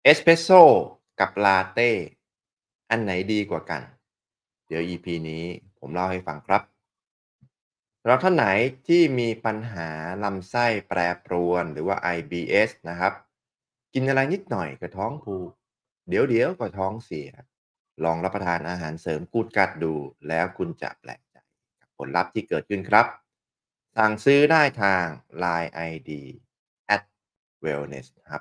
เอสเปรสโซกับลาเตอันไหนดีกว่ากันเดี๋ยว EP นี้ผมเล่าให้ฟังครับสำหรับท่านไหนที่มีปัญหาลำไส้แปรปรวนหรือว่า IBS นะครับกินอะไรนิดหน่อยก็ท้องผูกเดี๋ยวก็ท้องเสียลองรับประทานอาหารเสริมกูดกัดดูแล้วคุณจะแปลกใจกับผลลัพธ์ที่เกิดขึ้นครับสั่งซื้อได้ทาง Line ID @wellness ครับ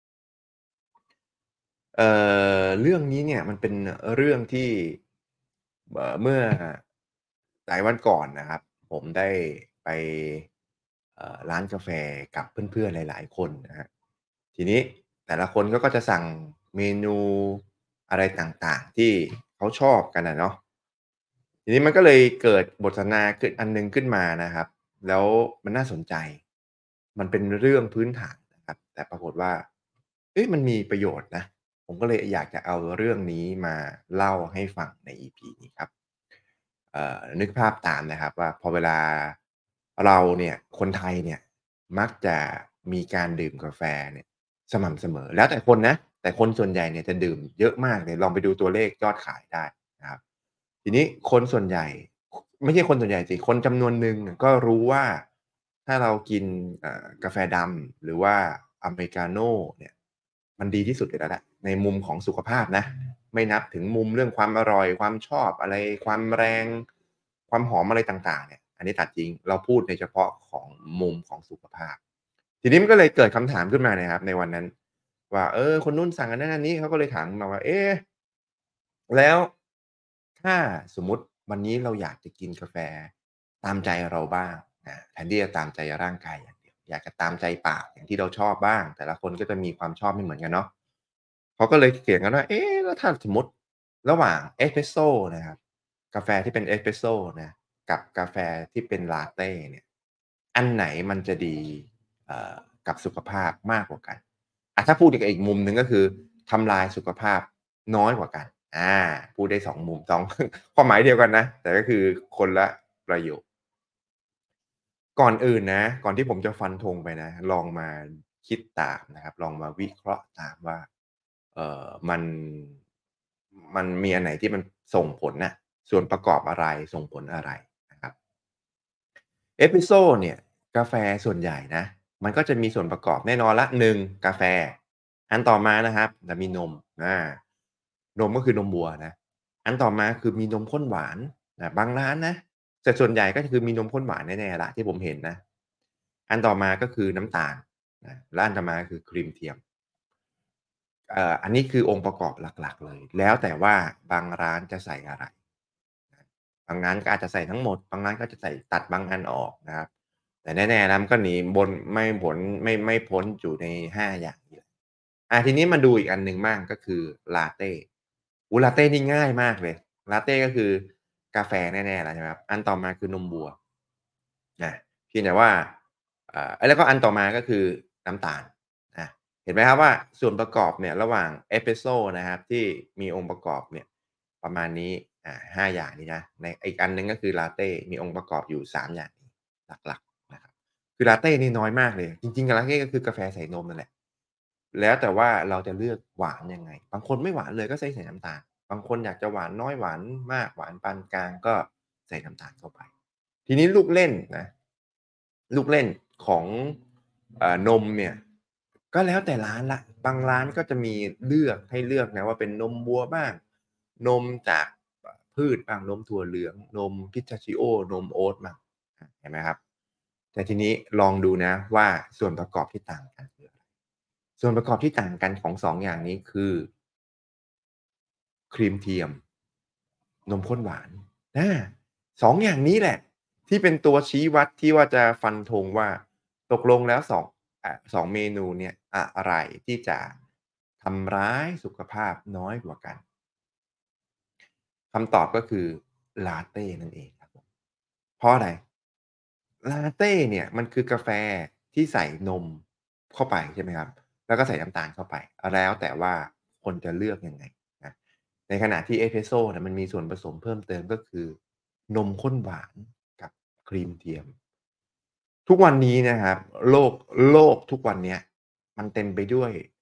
เรื่องนี้เนี่ยมันเป็นเรื่องที่เมื่อหลายวันก่อนนะครับผมได้ไปร้านกาแฟกับเพื่อนๆหลายๆคนนะครับทีนี้แต่ละคนก็จะสั่งเมนูอะไรต่างๆที่เขาชอบกันอะเนาะทีนี้มันก็เลยเกิดบทสนทนาขึ้นอันหนึ่งขึ้นมานะครับแล้วมันน่าสนใจมันเป็นเรื่องพื้นฐานนะครับแต่ปรากฏว่าเอ๊ะมันมีประโยชน์นะ ผมก็เลยอยากจะเอาเรื่องนี้มาเล่าให้ฟังใน EP นี้ครับนึกภาพตามนะครับว่าพอเวลาเราเนี่ยคนไทยเนี่ยมักจะมีการดื่มกาแฟเนี่ยสม่ำเสมอแล้วแต่คนนะแต่คนส่วนใหญ่เนี่ยจะดื่มเยอะมากเลยลองไปดูตัวเลขยอดขายได้นะครับทีนี้คนส่วนใหญ่ไม่ใช่คนส่วนใหญ่สิคนจำนวนหนึ่งก็รู้ว่าถ้าเรากินกาแฟดำหรือว่าอเมริกาโน่เนี่ยมันดีที่สุดอยู่แล้วแหละในมุมของสุขภาพนะไม่นับถึงมุมเรื่องความอร่อยความชอบอะไรความแรงความหอมอะไรต่างๆเนี่ยอันนี้ตัดทิ้งเราพูดในเฉพาะของมุมของสุขภาพทีนี้มันก็เลยเกิดคำถามขึ้นมานะครับในวันนั้นว่าคนนู้นสั่งอันนั้นอันนี้เขาก็เลยถามมาว่าเอ๊ะแล้วถ้าสมมุติวันนี้เราอยากจะกินกาแฟตามใจเราบ้างแทนที่จะตามใจร่างกายอย่างเดียวอยากจะตามใจปากอย่างที่เราชอบบ้างแต่ละคนก็จะมีความชอบไม่เหมือนกันเนาะเขาก็เลยเถียงกันว่าเอ๊ะแล้วถ้าสมมุติระหว่างเอสเพรสโซนะครับกาแฟที่เป็นเอสเพรสโซนะกับกาแฟที่เป็นลาเตเนี่ยอันไหนมันจะดีเอ่อกับสุขภาพมากกว่ากันถ้าพูดอีกมุมหนึ่งก็คือทำลายสุขภาพน้อยกว่ากันอาพูดได้2มุม2ความหมายเดียวกันนะแต่ก็คือคนละประโยค ก่อนอื่นนะก่อนที่ผมจะฟันธงไปนะลองมาคิดตามนะครับลองมาวิเคราะห์ตามว่าเอ่อมันมันมีอันไหนที่มันส่งผลน่ะส่วนประกอบอะไรส่งผลอะไรนะครับเอสเปรสโซเนี่ยกาแฟส่วนใหญ่นะมันก็จะมีส่วนประกอบแน่นอนแล้ว1กาแฟอันต่อมานะครับจะมีนมอานมก็คือนมวัวนะอันต่อมาคือมีนมข้นหวานบางร้านนะ แต่ส่วนใหญ่ก็คือมีนมข้นหวานแน่ๆแล้วที่ผมเห็นนะอันต่อมาก็คือน้ำตาลและอันต่อมาคือครีมเทียมอันนี้คือองค์ประกอบหลักๆเลยแล้วแต่ว่าบางร้านจะใส่อะไรนะบางร้านก็อาจจะใส่ทั้งหมดบางร้านก็จะใส่ตัดบางอันออกนะครับแต่แน่ๆแล้วมันก็หนีบนไม่พ้นอยู่ใน5อย่างนี้แหละทีนี้มาดูอีกอันหนึ่งบ้างก็คือลาเตลาเตนี่ง่ายมากเลยลาเตก็คือกาแฟแน่ๆแล้วใช่ไหมครับอันต่อมาคือนมวัว อาเพียงแต่ว่าแล้วก็อันต่อมาก็คือน้ำตาลอาเห็นไหมครับว่าส่วนประกอบเนี่ยระหว่างเอสเปรสโซนะครับที่มีองค์ประกอบเนี่ยประมาณนี้5อย่างนี้นะในอีกอันหนึ่งก็คือลาเตมีองค์ประกอบอยู่3อย่างนี้หลักๆนะครับคือลาเตนี่น้อยมากเลยจริงๆลาเตก็คือกาแฟใส่นมนั่นแหละแล้วแต่ว่าเราจะเลือกหวานยังไงบางคนไม่หวานเลยก็ใส่น้ำตาลบางคนอยากจะหวานน้อยหวานมากหวานปานกลางก็ใส่น้ำตาลเข้าไป ทีนี้ลูกเล่นนะลูกเล่นของนมเนี่ยก็แล้วแต่ร้านแล้วบางร้านก็จะมีเลือกให้เลือกนะว่าเป็นนมวัวบ้างนมจากพืชบ้างนมถั่วเหลืองนม Pistachio นมโอ๊ตบ้างเห็นไหมครับแต่ทีนี้ลองดูนะว่าส่วนประกอบที่ต่างกันคืออะไรส่วนประกอบที่ต่างกันของ2องอย่างนี้คือครีมเทียม นมข้นหวานอา2องอย่างนี้แหละที่เป็นตัวชี้วัดที่ว่าจะฟันธงว่าตกลงแล้ว2เมนูเนี่ยอะไรที่จะทำร้ายสุขภาพน้อยกว่ากันคำตอบก็คือลาเตนั่นเองครับผมเพราะอะไรลาเตเนี่ยมันคือกาแฟที่ใส่นมเข้าไปใช่ไหมครับแล้วก็ใส่น้ำตาลเข้าไปแล้วแต่ว่าคนจะเลือกยังไงนะในขณะที่เอสเพรสโซเนี่ยมันมีส่วนผสมเพิ่มเติมก็คือนมข้นหวานกับครีมเทียม ทุกวันนี้นะครับโลกโลกทุกวันเนี้ยมันเต็มไปด้วย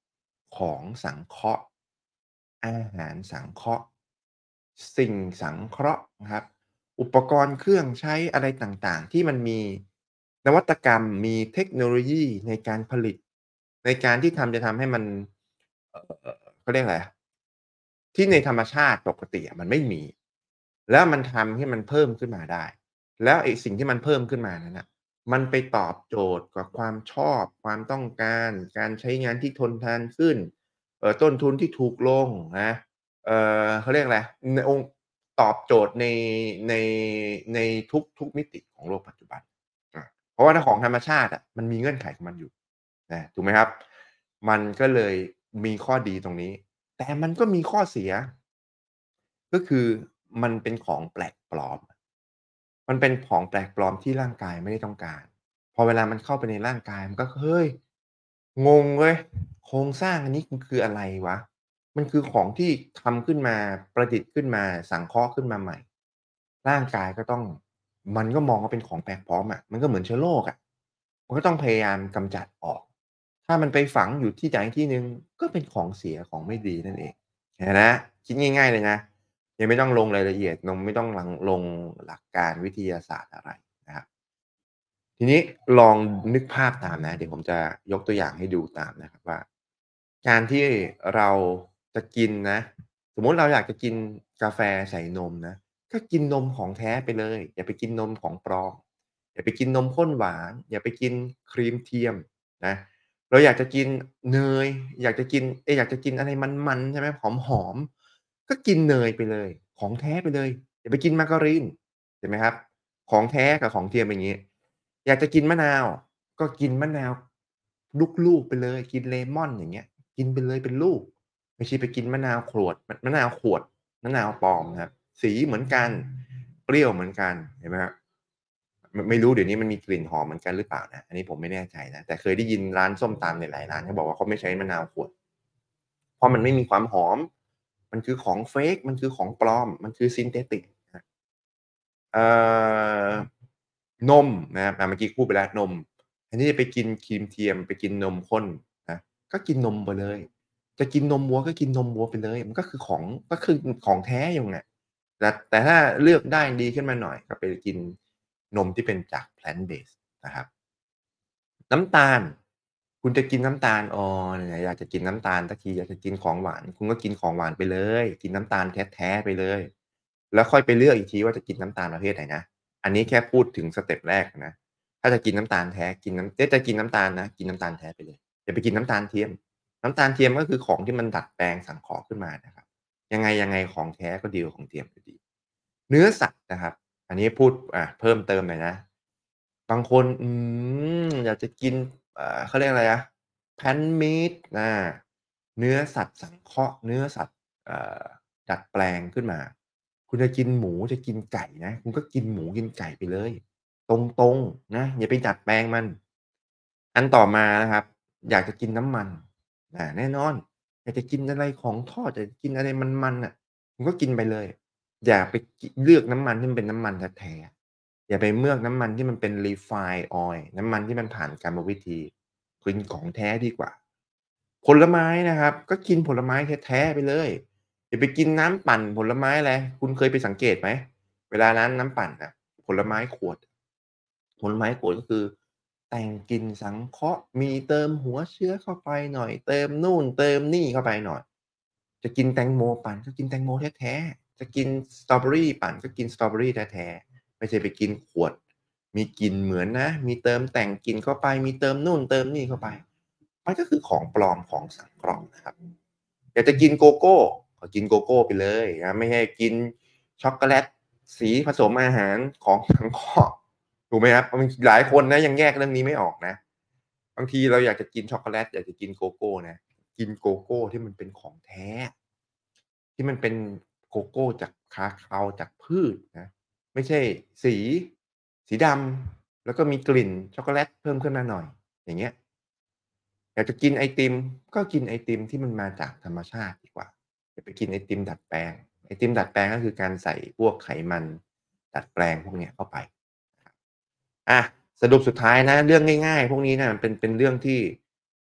ของสังเคราะห์อาหารสังเคราะห์สิ่งสังเคราะห์นะครับอุปกรณ์เครื่องใช้อะไรต่างๆที่มันมีนวัตกรรมมีเทคโนโลยีในการผลิตในการที่จะทำให้มันเขาเรียกอะไรอะที่ในธรรมชาติปกติอะมันไม่มีแล้วมันทำให้มันเพิ่มขึ้นมาได้แล้วไอ้สิ่งที่มันเพิ่มขึ้นมานั้นน่ะมันไปตอบโจทย์กับความชอบความต้องการการใช้งานที่ทนทานขึ้นต้นทุนที่ถูกลงนะเขาเรียกอะไรในองค์ตอบโจทย์ในในทุกมิติของโลกปัจจุบันอาเพราะว่าถ้าของธรรมชาติอะมันมีเงื่อนไขของมันอยู่ถูกไหมครับมันก็เลยมีข้อดีตรงนี้ แต่มันก็มีข้อเสียก็คือมันเป็นของแปลกปลอมมันเป็นของแปลกปลอมที่ร่างกายไม่ได้ต้องการพอเวลามันเข้าไปในร่างกายมันก็เฮ้ยงงเว้ยโครงสร้างอันนี้มันคืออะไรวะมันคือของที่ทำขึ้นมาประดิษฐ์ขึ้นมาสังเคราะห์ขึ้นมาใหม่ร่างกายก็ต้องมันก็มองว่าเป็นของแปลกปลอมอะมันก็เหมือนเชื้อโรคอะมันก็ต้องพยายามกำจัดออกถ้ามันไปฝังอยู่ที่ใดที่หนึ่งก็เป็นของเสียของไม่ดีนั่นเอง เห็นไหมคิดง่ายๆเลยนะยังไม่ต้องลงรายละเอียดไม่ต้องลงหลักการวิทยาศาสตร์อะไรนะครับทีนี้ลองนึกภาพตามนะเดี๋ยวผมจะยกตัวอย่างให้ดูตามนะครับว่าการที่เราจะกินนะสมมุติเราอยากจะกินกาแฟใส่นมนะก็กินนมของแท้ไปเลยอย่าไปกินนมของปลอมอย่าไปกินนมข้นหวานอย่าไปกินครีมเทียมนะเราอยากจะกินเนยอยากจะกินอะไรมันๆใช่ไหมหอมๆก็กินเนยไปเลยของแท้ไปเลยอย่าไปกิน Margarine เห็นไหมครับของแท้กับของเทียมเป็นอย่างงี้อยากจะกินมะนาวก็กินมะนาวลูกๆไปเลยกินเลมอนอย่างเงี้ยกินไปเลยเป็นลูกไม่ใช่ไปกินมะนาวขวดมะนาวขวดมะนาวปลอมนะครับสีเหมือนกันเปรี้ยวเหมือนกันเห็นไหมครับไม่รู้เดี๋ยวนี้มันมีกลิ่นหอมเหมือนกันหรือเปล่านะอันนี้ผมไม่แน่ใจนะแต่เคยได้ยินร้านส้มตำหลายๆร้านเขาบอกว่าเขาไม่ใช้มะนาวขวดเพราะมันไม่มีความหอมมันคือของ fake มันคือของปลอมมันคือ synthetic ครับ เอ่อนมนะครับเมื่อกี้พูดไปแล้วนมแทนที่จะไปกินครีมเทียมไปกินนมข้นนะก็กินนมไปเลยจะกินนมวัวก็กินนมวัวไปเลยมันก็คือของก็คือของแท้อยู่อะแต่ถ้าเลือกได้ดีขึ้นมาหน่อยก็ไปกินนมที่เป็นจาก plant based นะครับ น้ำตาลคุณจะกินน้ำตาลอ๋อเนี่ยอยากจะกินน้ำตาลสักทีอยากจะกินของหวานคุณก็กินของหวานไปเลยกินน้ำตาลแท้ๆไปเลยแล้วค่อยไปเลือกอีกทีว่าจะกินน้ำตาลประเภทไหนนะอันนี้แค่พูดถึงสเต็ปแรกนะถ้าจะกินน้ำตาลแท้กินน้ำจะกินน้ำตาลนะกินน้ำตาลแท้ไปเลยอย่าไปกินน้ำตาลเทียมน้ำตาลเทียมก็คือของที่มันดัดแปลงสังเคราะห์ขึ้นมานะครับยังไงของแท้ก็ดีกว่าของเทียมอยู่ดีเนื้อสัตว์นะครับอันนี้พูดเพิ่มเติมหน่อยนะบางคนอยากจะกิน เขาเรียกอะไรนะ Plant meat เนื้อสัตว์สังเคราะห์เนื้อสัตว์เอ่อดัดแปลงขึ้นมาคุณจะกินหมูจะกินไก่นะคุณก็กินหมูกินไก่ไปเลยตรงๆนะอย่าไปดัดแปลงมันอันต่อมานะครับอยากจะกินน้ำมันแน่นอนอยากจะกินอะไรของทอดอยากจะกินอะไรมันๆน่ะคุณก็กินไปเลยอย่าไปเลือกน้ำมันที่มันเป็นน้ำมันแท้ๆ อย่าไปเลือกน้ำมันที่มันเป็น refined oil น้ำมันที่มันผ่านกรรมวิธีกินของแท้ดีกว่าผลไม้นะครับก็กินผลไม้แท้ๆไปเลยอย่าไปกินน้ำปั่นผลไม้อะไรคุณเคยไปสังเกตไหมเวลาร้านน้ำปั่นน่ะผลไม้ขวดผลไม้ขวดก็คือแต่งกลิ่นสังเคราะห์มีเติมหัวเชื้อเข้าไปหน่อยเติมนู่นเติมนี่เข้าไปหน่อยจะกินแตงโมปั่นก็กินแตงโมแท้ๆจะกินสตรอเบอร์รีปั่นก็กินสตรอเบอร์รีแท้ๆ ไม่ใช่ไปกินขวด มีกลิ่นเหมือนนะ มีเติมแต่งกลิ่นเข้าไป มีเติมนู่นเติมนี่เข้าไป มันก็คือของปลอมของสังเคราะห์นะครับอยากจะกินโกโก้ก็กินโกโก้ไปเลยนะไม่ให้กินช็อกโกแลตสีผสมอาหารของสังเคราะห์ถูกไหมครับมันหลายคนนะยังแยกเรื่องนี้ไม่ออกนะบางทีเราอยากจะกินช็อกโกแลตอยากจะกินโกโก้นะกินโกโก้ที่มันเป็นของแท้ที่มันเป็นโกโก้จากคาคาจากพืชนะ ไม่ใช่สีสีดำแล้วก็มีกลิ่นช็อกโกแลตเพิ่มขึ้นมาหน่อยอย่างเงี้ยอยากจะกินไอติมก็กินไอติมที่มันมาจากธรรมชาติดีกว่าอย่าไปกินไอติมดัดแปลงไอติมดัดแปลงก็คือการใส่พวกไขมันดัดแปลงพวกเนี้ยเข้าไปอะสรุปสุดท้ายนะเรื่องง่ายๆพวกนี้น่ะมันเป็นเรื่องที่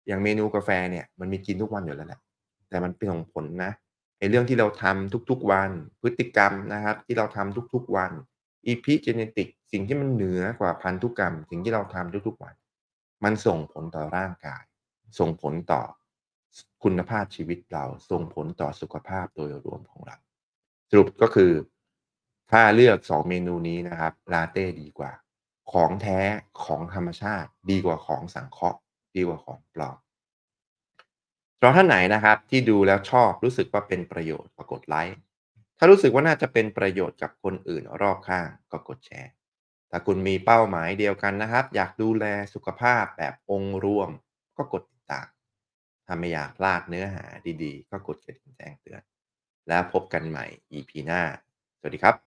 อย่างเมนูกาแฟเนี่ยมันมีกินทุกวันอยู่แล้วแหละแต่มันเป็นส่งผลนะไอ้เรื่องที่เราทำทุกๆวันพฤติกรรมนะครับที่เราทำทุกๆวัน Epigenetic สิ่งที่มันเหนือกว่าพันธุกรรมสิ่งที่เราทำทุกๆวันมันส่งผลต่อร่างกายส่งผลต่อคุณภาพชีวิตเราส่งผลต่อสุขภาพโดยรวมของเราสรุปก็คือถ้าเลือก2เมนูนี้นะครับลาเตดีกว่าของแท้ของธรรมชาติดีกว่าของสังเคราะห์ดีกว่าของปลอม สำหรับท่านไหนนะครับที่ดูแล้วชอบรู้สึกว่าเป็นประโยชน์ก็กดไลค์ถ้ารู้สึกว่าน่าจะเป็นประโยชน์กับคนอื่นรอบข้างก็กดแชร์ถ้าคุณมีเป้าหมายเดียวกันนะครับอยากดูแลสุขภาพแบบองค์รวมก็กดติดตามถ้าไม่อยากพลาดเนื้อหาดีๆก็กดกระดิ่งแจ้งเตือนแล้วพบกันใหม่ EP หน้าสวัสดีครับ